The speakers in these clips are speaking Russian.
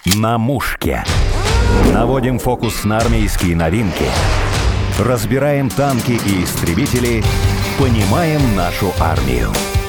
«На мушке». Наводим фокус на армейские новинки. Разбираем танки и истребители. Понимаем нашу армию.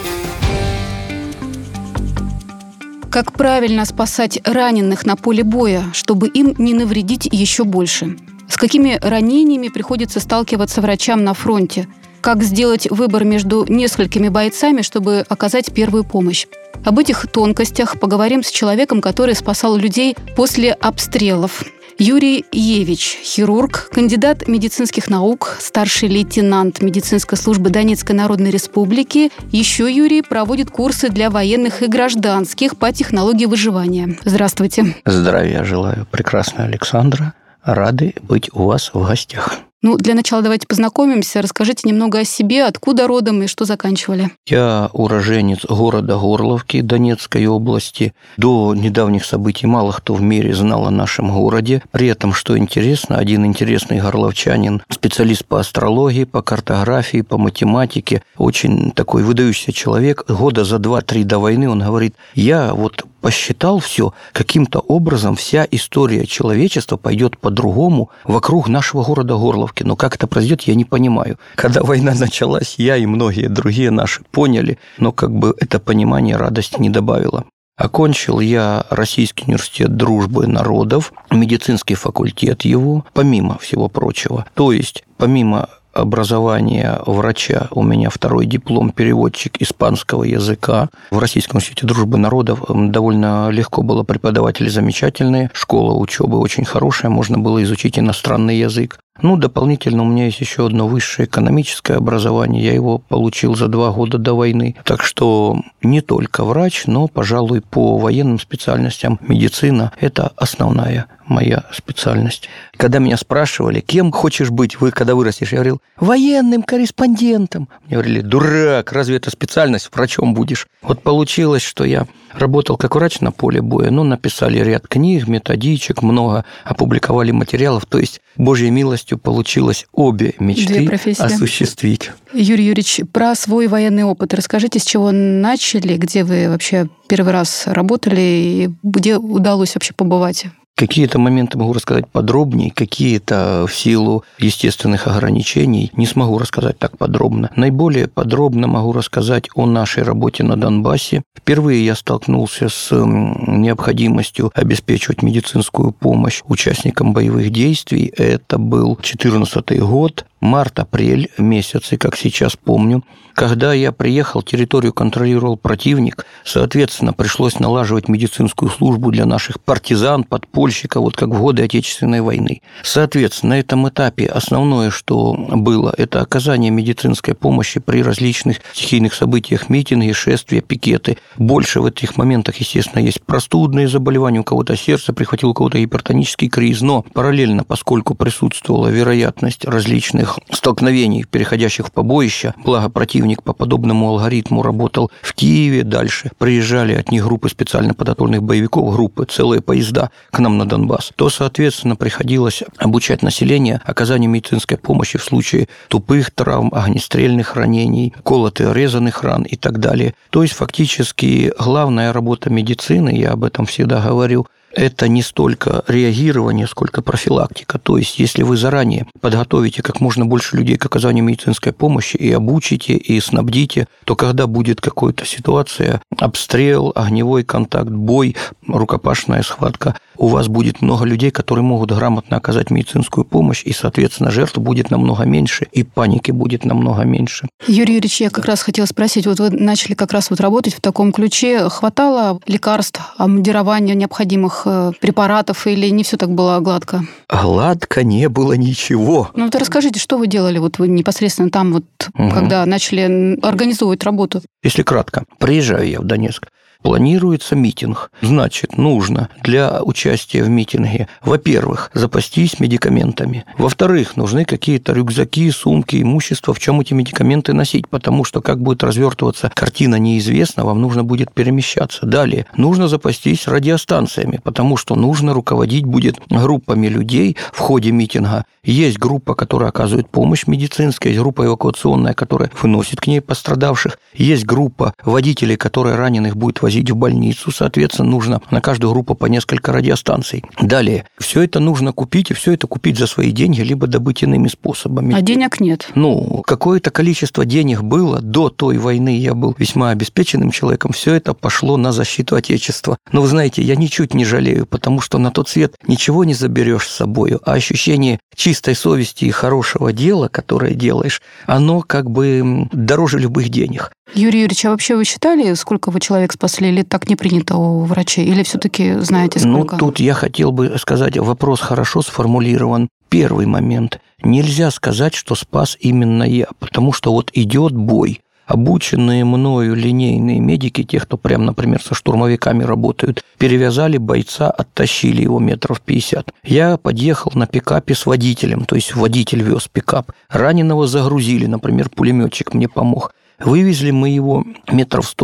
Как правильно спасать раненых на поле боя, чтобы им не навредить еще больше? С какими ранениями приходится сталкиваться врачам на фронте? Как сделать выбор между несколькими бойцами, чтобы оказать первую помощь? Об этих тонкостях поговорим с человеком, который спасал людей после обстрелов. Юрий Евич, хирург, кандидат медицинских наук, старший лейтенант медицинской службы Донецкой Народной Республики. Еще Юрий проводит курсы для военных и гражданских по технологии выживания. Здравствуйте. Здравия желаю, прекрасная Александра. Рады быть у вас в гостях. Для начала давайте познакомимся. Расскажите немного о себе, откуда родом и что заканчивали. Я уроженец города Горловки Донецкой области. До недавних событий мало кто в мире знал о нашем городе. При этом, что интересно, один интересный горловчанин, специалист по астрологии, по картографии, по математике, очень такой выдающийся человек. Года за 2-3 до войны он говорит: я посчитал все, каким-то образом вся история человечества пойдет по-другому вокруг нашего города Горловки. Но как это произойдет, я не понимаю. Когда война началась, я и многие другие наши поняли, но это понимание радости не добавило. Окончил я Российский университет дружбы народов, медицинский факультет его, помимо всего прочего. То есть, помимо образования врача, у меня второй диплом переводчик испанского языка. В Российском университете дружбы народов довольно легко было, преподаватели замечательные, школа учебы очень хорошая, можно было изучить иностранный язык. Дополнительно у меня есть еще одно высшее экономическое образование, я его получил за 2 года до войны. Так что не только врач, но, пожалуй, по военным специальностям медицина – это основная моя специальность. Когда меня спрашивали, кем хочешь быть, когда вырастешь, я говорил: военным корреспондентом. Мне говорили: дурак, разве это специальность, врачом будешь? Получилось, что я работал как врач на поле боя, написали ряд книг, методичек, много опубликовали материалов, то есть Божьей милостью получилось обе мечты осуществить. Юрий Юрьевич, про свой военный опыт расскажите, с чего начали, где вы вообще первый раз работали и где удалось вообще побывать? Какие-то моменты могу рассказать подробнее, какие-то в силу естественных ограничений не смогу рассказать так подробно. Наиболее подробно могу рассказать о нашей работе на Донбассе. Впервые я столкнулся с необходимостью обеспечивать медицинскую помощь участникам боевых действий. Это был 2014 год. Март-апрель месяцы, как сейчас помню. Когда я приехал, территорию контролировал противник, соответственно, пришлось налаживать медицинскую службу для наших партизан, подпольщиков, как в годы Отечественной войны. Соответственно, на этом этапе основное, что было, это оказание медицинской помощи при различных стихийных событиях, митинги, шествия, пикеты. Больше в этих моментах, естественно, есть простудные заболевания, у кого-то сердце прихватило, у кого-то гипертонический криз, но параллельно, поскольку присутствовала вероятность различных столкновений, переходящих в побоища, благо противник по подобному алгоритму работал в Киеве, дальше приезжали от них группы специально подготовленных боевиков, группы, целые поезда к нам на Донбасс, то, соответственно, приходилось обучать население оказанию медицинской помощи в случае тупых травм, огнестрельных ранений, колотых, резаных ран и так далее. То есть, фактически, главная работа медицины, я об этом всегда говорю, это не столько реагирование, сколько профилактика. То есть, если вы заранее подготовите как можно больше людей к оказанию медицинской помощи и обучите, и снабдите, то когда будет какая-то ситуация, обстрел, огневой контакт, бой, рукопашная схватка, у вас будет много людей, которые могут грамотно оказать медицинскую помощь, и, соответственно, жертв будет намного меньше, и паники будет намного меньше. Юрий Юрьевич, я как раз хотела спросить, вы начали как раз работать в таком ключе. Хватало лекарств, обмундирования необходимых препаратов, или не все так было гладко? Гладко не было ничего. Расскажите, что вы делали вы непосредственно там, когда начали организовывать работу? Если кратко, приезжаю я в Донецк. Планируется митинг. Значит, нужно для участия в митинге, во-первых, запастись медикаментами. Во-вторых, нужны какие-то рюкзаки, сумки, имущество, в чем эти медикаменты носить, потому что как будет развертываться картина, неизвестно, вам нужно будет перемещаться. Далее, нужно запастись радиостанциями, потому что нужно руководить будет группами людей в ходе митинга. Есть группа, которая оказывает помощь медицинская, есть группа эвакуационная, которая выносит к ней пострадавших, есть группа водителей, которая раненых будет возить возить в больницу, соответственно, нужно на каждую группу по несколько радиостанций. Далее, все это нужно купить, и все это купить за свои деньги, либо добыть иными способами. А денег нет. Какое-то количество денег было до той войны, я был весьма обеспеченным человеком, все это пошло на защиту Отечества. Но вы знаете, я ничуть не жалею, потому что на тот свет ничего не заберешь с собой, а ощущение чистой совести и хорошего дела, которое делаешь, оно как бы дороже любых денег. Юрий Юрьевич, а вообще вы считали, сколько вы человек спасли, или так не принято у врачей? Или все-таки знаете, сколько? Тут я хотел бы сказать, вопрос хорошо сформулирован. Первый момент. Нельзя сказать, что спас именно я, потому что вот идет бой. Обученные мною линейные медики, те, кто прям, например, со штурмовиками работают, перевязали бойца, оттащили его 50 метров. Я подъехал на пикапе с водителем, то есть водитель вез пикап. Раненого загрузили, например, пулеметчик мне помог. Вывезли мы его 100-200 метров.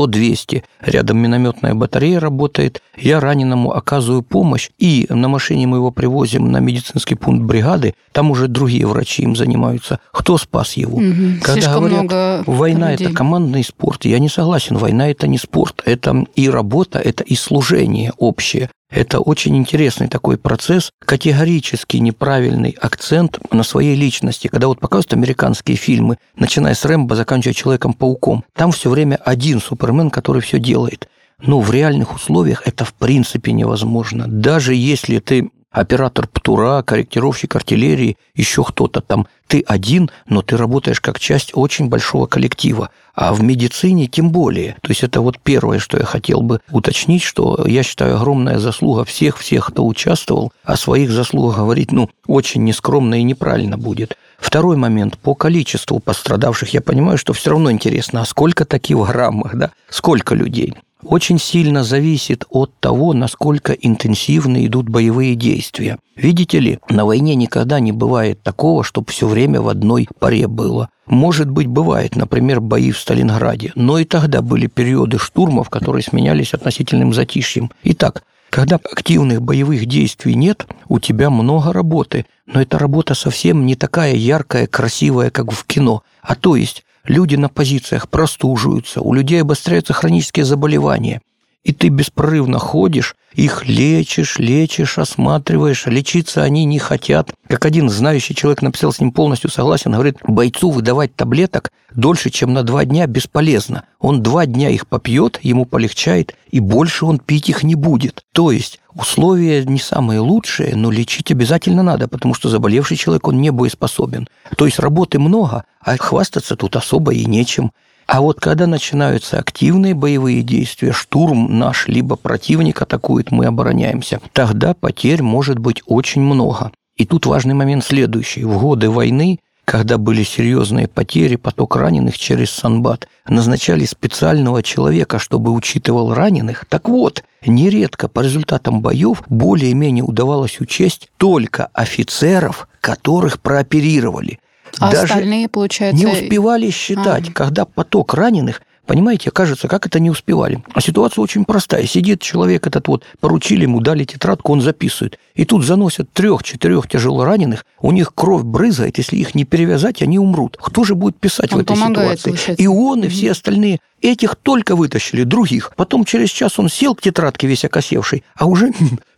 Рядом минометная батарея работает. Я раненому оказываю помощь. И на машине мы его привозим на медицинский пункт бригады. Там уже другие врачи им занимаются. Кто спас его? Когда слишком говорят, много война людей. – это командный спорт. Я не согласен. Война – это не спорт. Это и работа, это и служение общее. Это очень интересный такой процесс, категорически неправильный акцент на своей личности. Когда вот показывают американские фильмы, начиная с Рэмбо, заканчивая Человеком-пауком, там все время один Супермен, который все делает. Но в реальных условиях это в принципе невозможно. Даже если ты оператор ПТУРа, корректировщик артиллерии, еще кто-то там, ты один, но ты работаешь как часть очень большого коллектива. А в медицине тем более. То есть это вот первое, что я хотел бы уточнить, что я считаю огромная заслуга всех, кто участвовал. О своих заслугах говорить, очень нескромно и неправильно будет. Второй момент. По количеству пострадавших я понимаю, что все равно интересно, а сколько таких в граммах, да? Сколько людей? Очень сильно зависит от того, насколько интенсивно идут боевые действия. Видите ли, на войне никогда не бывает такого, чтобы все время в одной паре было. Может быть, бывает, например, бои в Сталинграде, но и тогда были периоды штурмов, которые сменялись относительным затишьем. Итак, когда активных боевых действий нет, у тебя много работы, но эта работа совсем не такая яркая, красивая, как в кино. А то есть люди на позициях простуживаются, у людей обостряются хронические заболевания. И ты беспрерывно ходишь, их лечишь, осматриваешь, лечиться они не хотят. Как один знающий человек написал, с ним полностью согласен, говорит, бойцу выдавать таблеток дольше, чем на 2 дня бесполезно. Он 2 дня их попьет, ему полегчает, и больше он пить их не будет. То есть условия не самые лучшие, но лечить обязательно надо, потому что заболевший человек, он не боеспособен. То есть работы много, а хвастаться тут особо и нечем. А вот когда начинаются активные боевые действия, штурм наш, либо противник атакует, мы обороняемся, тогда потерь может быть очень много. И тут важный момент следующий. В годы войны, когда были серьезные потери, поток раненых через Санбат, назначали специального человека, чтобы учитывал раненых. Так вот, нередко по результатам боев более-менее удавалось учесть только офицеров, которых прооперировали. А даже остальные, получается... не успевали считать, когда поток раненых, понимаете, кажется, как это не успевали. А ситуация очень простая. Сидит человек этот поручили ему, дали тетрадку, он записывает. И тут заносят 3-4 тяжелораненых, у них кровь брызгает, если их не перевязать, они умрут. Кто же будет писать он в этой ситуации? Получается. И он, и все остальные. Этих только вытащили, других. Потом через час он сел к тетрадке весь окосевший, а уже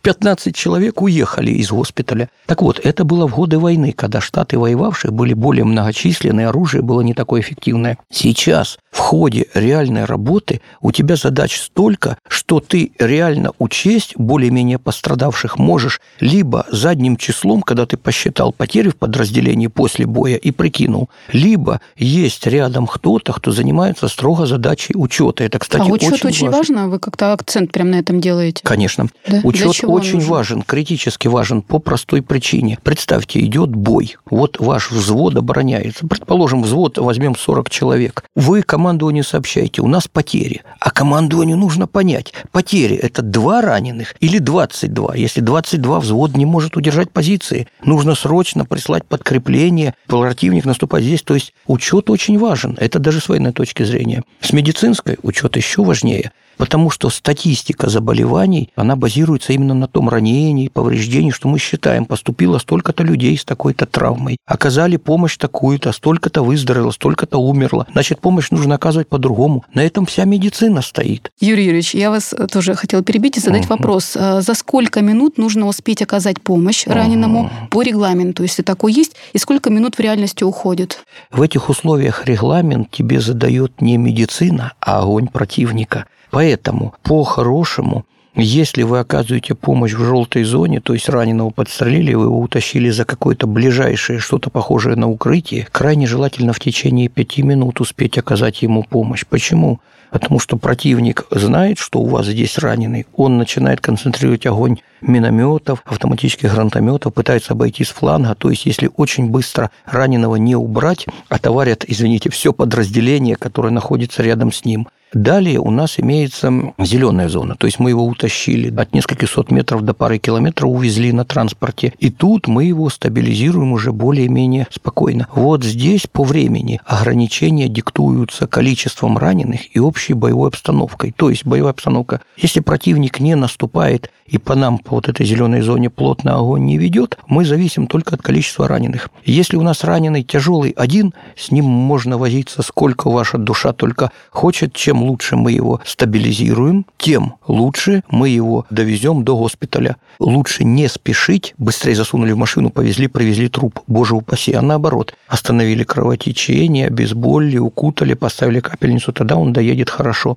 15 человек уехали из госпиталя. Так вот, это было в годы войны, когда штаты воевавших были более многочисленные, оружие было не такое эффективное. Сейчас в ходе реальной работы у тебя задач столько, что ты реально учесть более-менее пострадавших можешь либо задним числом, когда ты посчитал потери в подразделении после боя и прикинул, либо есть рядом кто-то, кто занимается строго задачей учета. Это, кстати, учет очень важно. Вы как-то акцент прям на этом делаете. Конечно. Да? Учет очень важен, критически важен по простой причине. Представьте, идет бой. Вот ваш взвод обороняется. Предположим, взвод возьмем 40 человек. Вы командованию сообщаете, у нас потери. А командованию нужно понять, потери – это 2 раненых или 22. Если 22, взвод не может удержать позиции. Нужно срочно прислать подкрепление, противник наступать здесь. То есть учет очень важен. Это даже с военной точки зрения. С медицинской учет еще важнее. Потому что статистика заболеваний, она базируется именно на том ранении, повреждении, что мы считаем, поступило столько-то людей с такой-то травмой, оказали помощь такую-то, столько-то выздоровело, столько-то умерло. Значит, помощь нужно оказывать по-другому. На этом вся медицина стоит. Юрий Юрьевич, я вас тоже хотела перебить и задать вопрос. За сколько минут нужно успеть оказать помощь раненому по регламенту, если такой есть, и сколько минут в реальности уходит? В этих условиях регламент тебе задает не медицина, а огонь противника. Поэтому, по-хорошему, если вы оказываете помощь в желтой зоне, то есть раненого подстрелили, вы его утащили за какое-то ближайшее, что-то похожее на укрытие, крайне желательно в течение 5 минут успеть оказать ему помощь. Почему? Потому что противник знает, что у вас здесь раненый, он начинает концентрировать огонь минометов, автоматических гранатометов, пытается обойти с фланга. То есть, если очень быстро раненого не убрать, отоварят, все подразделение, которое находится рядом с ним. Далее у нас имеется зеленая зона, то есть мы его утащили от нескольких сот метров до пары километров, увезли на транспорте, и тут мы его стабилизируем уже более-менее спокойно. Вот здесь по времени ограничения диктуются количеством раненых и общей боевой обстановкой. То есть боевая обстановка, если противник не наступает и по нам, по вот этой зеленой зоне плотно огонь не ведет, мы зависим только от количества раненых. Если у нас раненый тяжелый один, с ним можно возиться сколько ваша душа только хочет. Чем лучше мы его стабилизируем, тем лучше мы его довезем до госпиталя. Лучше не спешить, быстрее засунули в машину, повезли, привезли труп, боже упаси, а наоборот, остановили кровотечение, обезболили, укутали, поставили капельницу, тогда он доедет хорошо.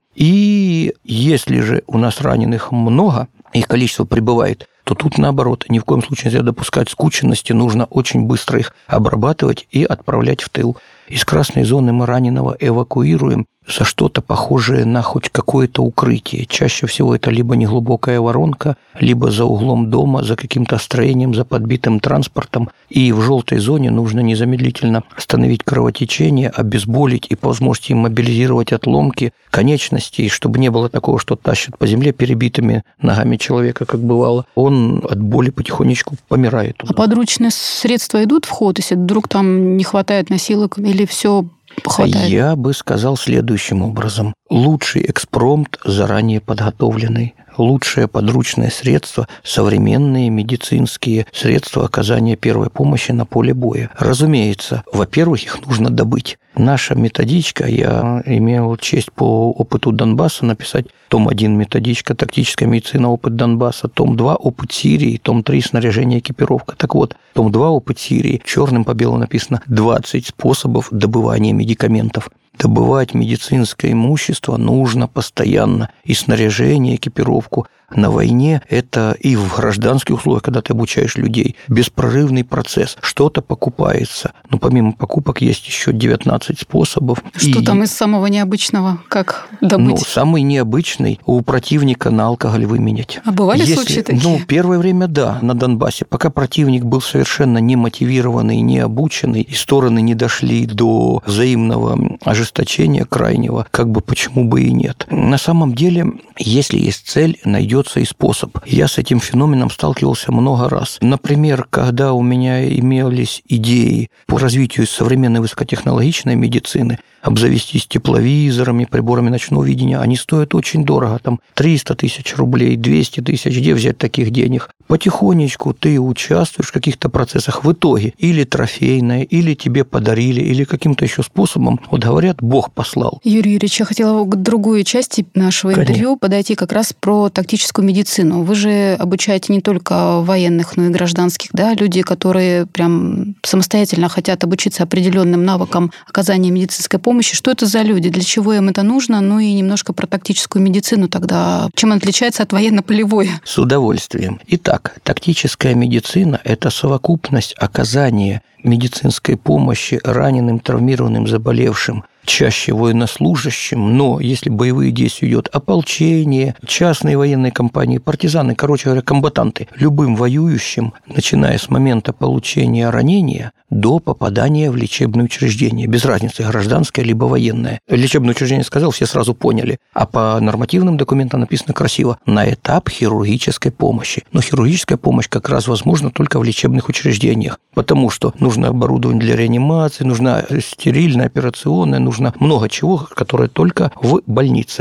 И если же у нас раненых много, их количество прибывает, то тут наоборот, ни в коем случае нельзя допускать скученности, нужно очень быстро их обрабатывать и отправлять в тыл. Из красной зоны мы раненого эвакуируем за что-то похожее на хоть какое-то укрытие. Чаще всего это либо неглубокая воронка, либо за углом дома, за каким-то строением, за подбитым транспортом. И в желтой зоне нужно незамедлительно остановить кровотечение, обезболить и по возможности мобилизировать отломки конечностей, чтобы не было такого, что тащат по земле перебитыми ногами человека, как бывало. Он от боли потихонечку помирает. А подручные средства идут в ход, если вдруг там не хватает носилок или все хватает? Я бы сказал следующим образом. Лучший экспромт заранее подготовленный. Лучшее подручное средство – современные медицинские средства оказания первой помощи на поле боя. Разумеется, во-первых, их нужно добыть. Наша методичка, я имел честь по опыту Донбасса написать том 1 методичка «Тактическая медицина. Опыт Донбасса», том 2 «Опыт Сирии», том 3 «Снаряжение и экипировка». Так вот, том 2 «Опыт Сирии», черным по белому написано 20 способов добывания медикаментов. Добывать медицинское имущество нужно постоянно. И снаряжение, экипировку. На войне это и в гражданских условиях, когда ты обучаешь людей, беспрерывный процесс. Что-то покупается. Но помимо покупок есть еще 19 способов. Что там из самого необычного? Как добыть? Самый необычный у противника на алкоголь выменять. А бывали случаи такие? Первое время, да, на Донбассе. Пока противник был совершенно не мотивированный, не обученный, и стороны не дошли до взаимного ожесточения крайнего, почему бы и нет. На самом деле, если есть цель, найдется и способ. Я с этим феноменом сталкивался много раз. Например, когда у меня имелись идеи по развитию современной высокотехнологичной медицины, обзавестись тепловизорами, приборами ночного видения, они стоят очень дорого, 300 тысяч рублей, 200 тысяч, где взять таких денег? Потихонечку ты участвуешь в каких-то процессах, в итоге или трофейное, или тебе подарили, или каким-то еще способом, говорят, Бог послал. Юрий Юрьевич, я хотела к другой части нашего интервью подойти как раз про тактическую медицину. Вы же обучаете не только военных, но и гражданских, люди, которые прям самостоятельно хотят обучиться определенным навыкам оказания медицинской помощи. Что это за люди? Для чего им это нужно? И немножко про тактическую медицину тогда. Чем она отличается от военно-полевой? С удовольствием. Итак, тактическая медицина – это совокупность оказания медицинской помощи раненым, травмированным, заболевшим, чаще военнослужащим, но если боевые действия идет ополчение, частные военные компании, партизаны, комбатанты, любым воюющим, начиная с момента получения ранения до попадания в лечебное учреждение, без разницы, гражданское либо военное. Лечебное учреждение сказал, все сразу поняли, а по нормативным документам написано красиво «на этап хирургической помощи». Но хирургическая помощь как раз возможна только в лечебных учреждениях, потому что нужно оборудование для реанимации, нужна стерильная, операционная, нужно много чего, которое только в больнице.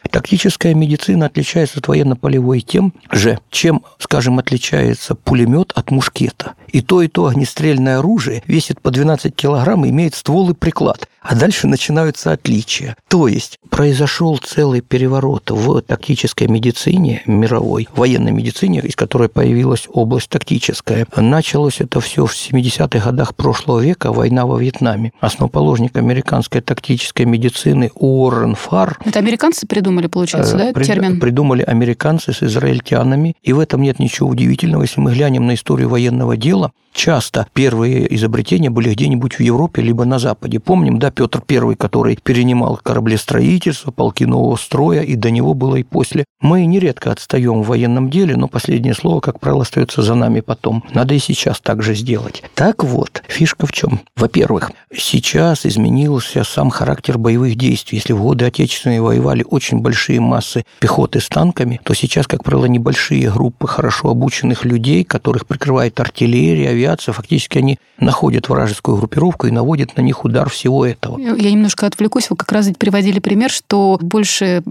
Тактическая медицина отличается от военно-полевой тем же, чем, скажем, отличается пулемет от мушкета. И то огнестрельное оружие весит по 12 килограмм и имеет ствол и приклад. А дальше начинаются отличия. То есть произошел целый переворот в тактической медицине мировой, военной медицине, из которой появилась область тактическая. Началось это все в 70-х годах прошлого века, война во Вьетнаме. Основоположник американской тактической медицины Уоррен Фарр. Это американцы придумали, получается, да, термин? Придумали американцы с израильтянами. И в этом нет ничего удивительного. Если мы глянем на историю военного дела, часто первые изобретения были где-нибудь в Европе либо на Западе. Помним, да, Петр I, который перенимал кораблестроительство, полки нового строя, и до него было и после. Мы нередко отстаем в военном деле, но последнее слово, как правило, остается за нами потом. Надо и сейчас так же сделать. Так вот, фишка в чем? Во-первых, сейчас изменился сам характер боевых действий. Если в годы Отечественной воевали очень большие массы пехоты с танками, то сейчас, как правило, небольшие группы хорошо обученных людей, которых прикрывает артиллерия, авиация, фактически они находят вражескую группировку и наводят на них удар всего этого. Я немножко отвлекусь. Вы как раз приводили пример, что больше,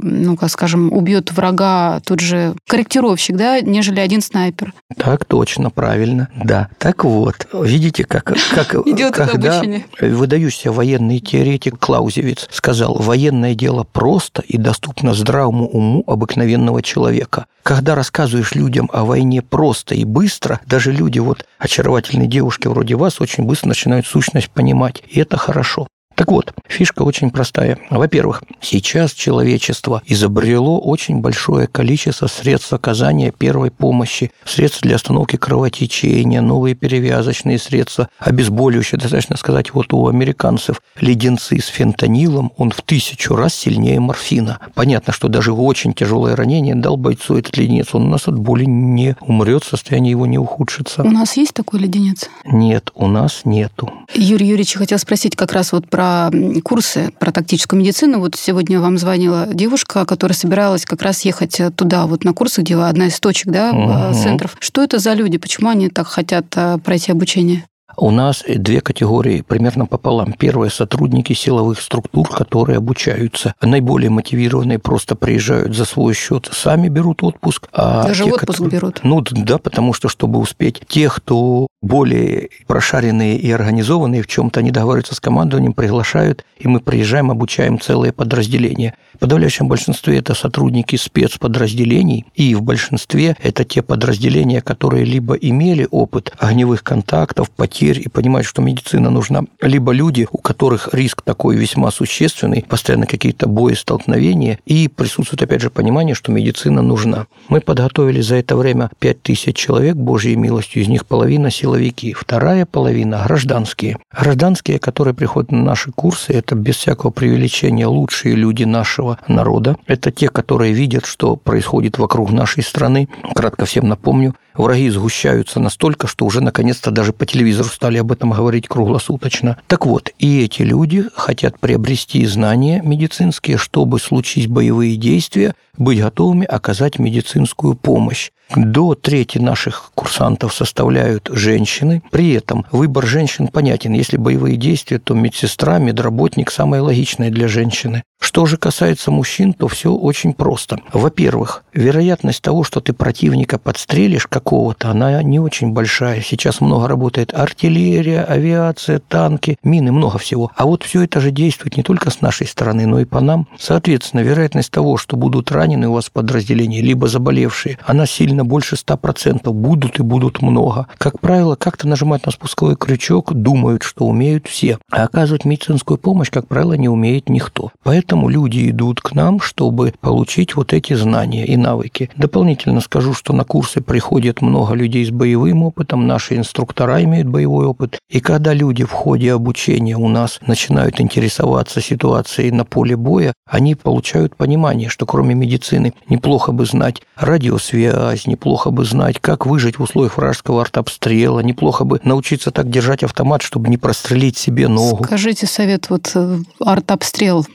убьет врага тот же корректировщик, да, нежели один снайпер. Так точно, правильно, да. Так вот, видите, как идет когда обучение. Выдающийся военный теоретик Клаузевиц сказал: военное дело просто и доступно здравому уму обыкновенного человека. Когда рассказываешь людям о войне просто и быстро, даже люди, очаровательные девушки вроде вас, очень быстро начинают сущность понимать, и это хорошо. Так вот, фишка очень простая. Во-первых, сейчас человечество изобрело очень большое количество средств оказания первой помощи, средств для остановки кровотечения, новые перевязочные средства, обезболивающие. Достаточно сказать, у американцев леденцы с фентанилом, он в 1000 раз сильнее морфина. Понятно, что даже очень тяжелое ранение дал бойцу этот леденец, он у нас от боли не умрет, состояние его не ухудшится. У нас есть такой леденец? Нет, у нас нету. Юрий Юрьевич, хотел спросить как раз про курсы, про тактическую медицину. Сегодня вам звонила девушка, которая собиралась как раз ехать туда, на курсы, где одна из точек, да, центров. Что это за люди? Почему они так хотят пройти обучение? У нас две категории, примерно пополам. Первые – сотрудники силовых структур, которые обучаются. Наиболее мотивированные просто приезжают за свой счет, сами берут отпуск. Даже отпуск берут? Да, потому что, чтобы успеть. Те, кто более прошаренные и организованные в чем-то, они договариваются с командованием, приглашают, и мы приезжаем, обучаем целые подразделения. В подавляющем большинстве это сотрудники спецподразделений, и в большинстве это те подразделения, которые либо имели опыт огневых контактов, потерь, и понимают, что медицина нужна, либо люди, у которых риск такой весьма существенный, постоянно какие-то боестолкновения, и присутствует, опять же, понимание, что медицина нужна. Мы подготовили за это время 5000 человек, Божьей милостью, из них половина силовики, вторая половина гражданские. Гражданские, которые приходят на наши курсы, это без всякого преувеличения лучшие люди нашего народа. Это те, которые видят, что происходит вокруг нашей страны. Кратко всем напомню, враги сгущаются настолько, что уже наконец-то даже по телевизору стали об этом говорить круглосуточно. Так вот, и эти люди хотят приобрести знания медицинские, чтобы, случись боевые действия, быть готовыми оказать медицинскую помощь. До трети наших курсантов составляют женщины. При этом выбор женщин понятен. Если боевые действия, то медсестра, медработник – самое логичное для женщины. Что же касается мужчин, то все очень просто. Во-первых, вероятность того, что ты противника подстрелишь какого-то, она не очень большая. Сейчас много работает артиллерия, авиация, танки, мины, много всего. А все это же действует не только с нашей стороны, но и по нам. Соответственно, вероятность того, что будут ранены у вас в подразделении, либо заболевшие, она сильно больше 100%. Будут и будут много. Как правило, как-то нажимать на спусковой крючок думают, что умеют все. А оказывать медицинскую помощь, как правило, не умеет никто. Поэтому люди идут к нам, чтобы получить эти знания и навыки. Дополнительно скажу, что на курсы приходит много людей с боевым опытом, наши инструктора имеют боевой опыт. И когда люди в ходе обучения у нас начинают интересоваться ситуацией на поле боя, они получают понимание, что кроме медицины неплохо бы знать радиосвязь, неплохо бы знать, как выжить в условиях вражеского артобстрела, неплохо бы научиться так держать автомат, чтобы не прострелить себе ногу. Скажите совет, артобстрел, правила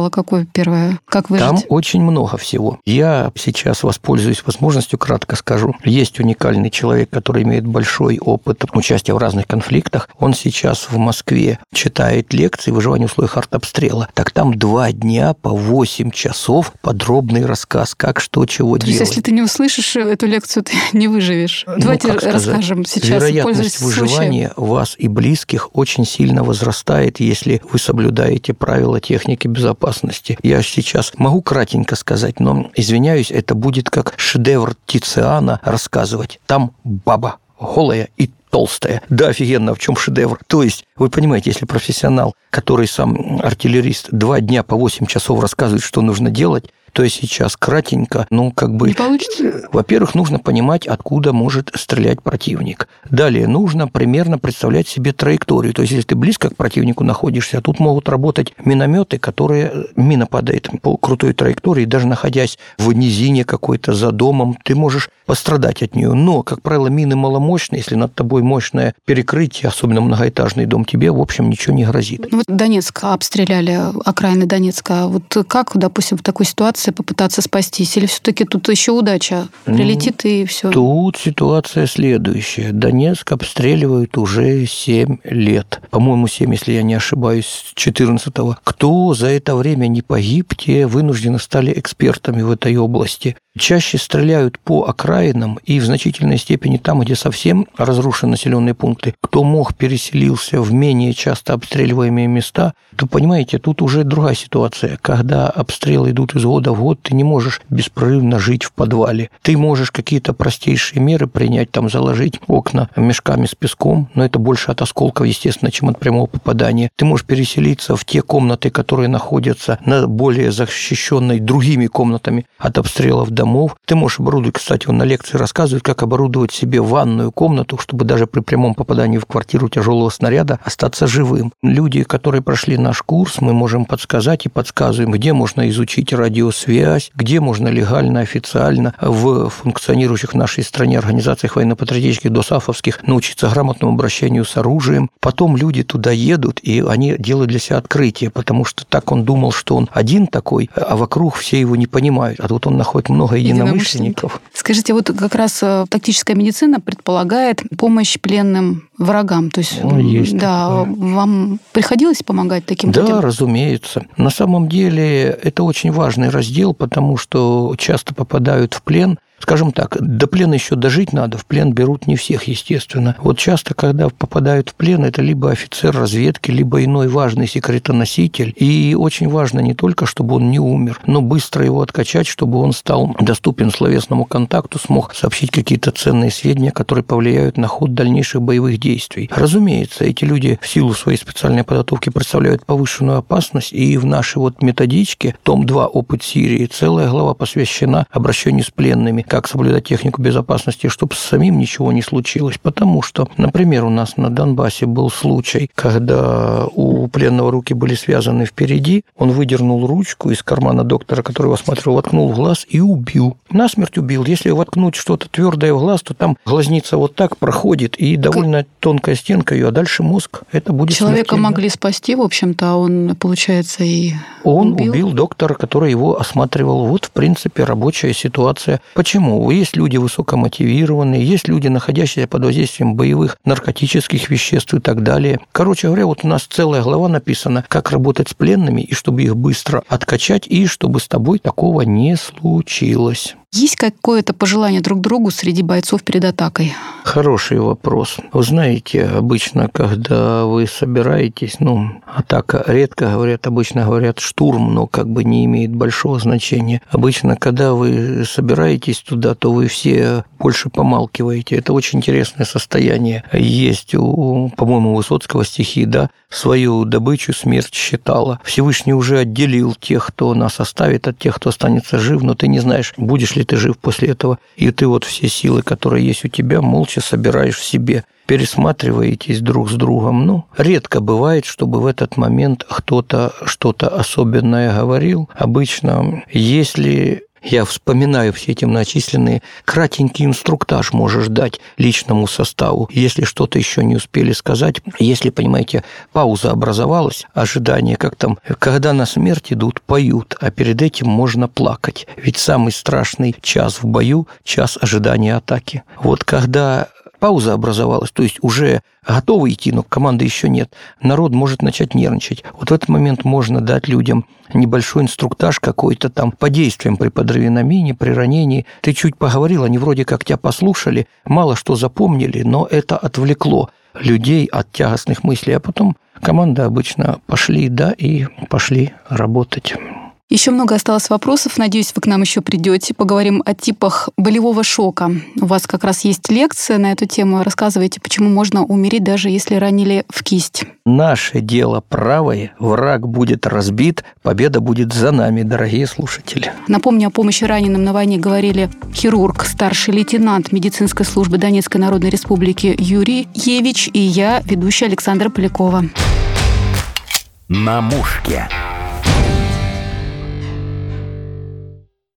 правило какое первое? Как выжить? Там очень много всего. Я сейчас воспользуюсь возможностью, кратко скажу. Есть уникальный человек, который имеет большой опыт участия в разных конфликтах. Он сейчас в Москве читает лекции «Выживание в условиях артобстрела». Так там 2 дня по 8 часов подробный рассказ, как, что, чего делать. То есть, если ты не услышишь эту лекцию, ты не выживешь. Давайте расскажем сейчас. Вероятность выживания вас и близких очень сильно возрастает, если вы соблюдаете правила техники безопасности. Я сейчас могу кратенько сказать, но, извиняюсь, это будет как шедевр Тициана рассказывать. Там баба голая и толстая. Да, офигенно, в чем шедевр? То есть, вы понимаете, если профессионал, который сам артиллерист, 2 дня по 8 часов рассказывает, что нужно делать, то есть сейчас кратенько, Не получится? Во-первых, нужно понимать, откуда может стрелять противник. Далее, нужно примерно представлять себе траекторию. То есть, если ты близко к противнику находишься, тут могут работать минометы, мина падает по крутой траектории, даже находясь в низине какой-то за домом, ты можешь пострадать от нее. Но, как правило, мины маломощные, если над тобой мощное перекрытие, особенно многоэтажный дом, тебе, в общем, ничего не грозит. Вот Донецк обстреляли, окраины Донецка. Вот как, допустим, в такой ситуации попытаться спастись? Или все-таки тут еще удача? Прилетит и все? Тут ситуация следующая. Донецк обстреливают уже 7 лет. По-моему, 7, если я не ошибаюсь, с 14-го. Кто за это время не погиб, те вынуждены стали экспертами в этой области. Чаще стреляют по окраинам и в значительной степени там, где совсем разрушены населенные пункты. Кто мог, переселился в менее часто обстреливаемые места, то, понимаете, тут уже другая ситуация. Когда обстрелы идут из года в год, ты не можешь беспрерывно жить в подвале. Ты можешь какие-то простейшие меры принять, там заложить окна мешками с песком, но это больше от осколков, естественно, чем от прямого попадания. Ты можешь переселиться в те комнаты, которые находятся на более защищенной другими комнатами от обстрелов домов. Ты можешь оборудовать, кстати, он на лекции рассказывает, как оборудовать себе ванную комнату, чтобы даже при прямом попадании в квартиру тяжелого снаряда остаться живым. Люди, которые прошли наш курс, мы можем подсказать и подсказываем, где можно изучить радиосвязь, где можно легально, официально в функционирующих в нашей стране организациях военно-патриотических, досаафовских научиться грамотному обращению с оружием. Потом люди туда едут, и они делают для себя открытие, потому что так он думал, что он один такой, а вокруг все его не понимают. А тут он находит много единомышленников. Скажите, вот как раз тактическая медицина предполагает помощь пленным врагам. То есть, есть да, такое. Вам приходилось помогать таким путем? Да, разумеется. На самом деле это очень важный раздел, потому что часто попадают в плен. Скажем так, до плена еще дожить надо, в плен берут не всех, естественно. Вот часто, когда попадают в плен, это либо офицер разведки, либо иной важный секретоноситель. И очень важно не только, чтобы он не умер, но быстро его откачать, чтобы он стал доступен словесному контакту, смог сообщить какие-то ценные сведения, которые повлияют на ход дальнейших боевых действий. Разумеется, эти люди в силу своей специальной подготовки представляют повышенную опасность, и в нашей методичке, том 2 «Опыт Сирии», целая глава посвящена обращению с пленными, как соблюдать технику безопасности, чтобы с самим ничего не случилось. Потому что, например, у нас на Донбассе был случай, когда у пленного руки были связаны впереди, он выдернул ручку из кармана доктора, который его осматривал, воткнул в глаз и убил. Насмерть убил. Если воткнуть что-то твердое в глаз, то там глазница вот так проходит, и довольно тонкая стенка ее, а дальше мозг. Это будет Человека смертельно. могли спасти, в общем-то, а он, получается, и Он убил доктора, который его осматривал. Вот, в принципе, рабочая ситуация. Почему? Есть люди высокомотивированные, есть люди, находящиеся под воздействием боевых наркотических веществ и так далее. Короче говоря, вот у нас целая глава написана, как работать с пленными, и чтобы их быстро откачать, и чтобы с тобой такого не случилось. Есть какое-то пожелание друг другу среди бойцов перед атакой? Хороший вопрос. Вы знаете, обычно, когда вы собираетесь, атака, редко говорят, обычно говорят штурм, но как бы не имеет большого значения. Обычно, когда вы собираетесь туда, то вы все больше помалкиваете. Это очень интересное состояние. Есть у, по-моему, Высоцкого стихи, да, свою добычу смерть считала. Всевышний уже отделил тех, кто нас оставит, от тех, кто останется жив, но ты не знаешь, будешь ли ты жив после этого. И ты вот все силы, которые есть у тебя, молча собираешь в себе. Пересматриваетесь друг с другом. Редко бывает, чтобы в этот момент кто-то что-то особенное говорил. Обычно, если Я вспоминаю все эти многочисленные. Кратенький инструктаж можешь дать личному составу, если что-то еще не успели сказать. Если, понимаете, пауза образовалась, ожидание, как там, когда на смерть идут, поют, а перед этим можно плакать. Ведь самый страшный час в бою – час ожидания атаки. Вот когда пауза образовалась, то есть уже готовы идти, но команды еще нет, народ может начать нервничать. Вот в этот момент можно дать людям небольшой инструктаж какой-то там по действиям при подрыве на мине, при ранении. Ты чуть поговорил, они вроде как тебя послушали, мало что запомнили, но это отвлекло людей от тягостных мыслей, а потом команда обычно пошли работать. Еще много осталось вопросов. Надеюсь, вы к нам еще придете. Поговорим о типах болевого шока. У вас как раз есть лекция на эту тему. Рассказывайте, почему можно умереть, даже если ранили в кисть. Наше дело правое. Враг будет разбит. Победа будет за нами, дорогие слушатели. Напомню, о помощи раненым на войне говорили хирург, старший лейтенант медицинской службы Донецкой Народной Республики Юрий Евич и я, ведущая Александра Полякова. На мушке.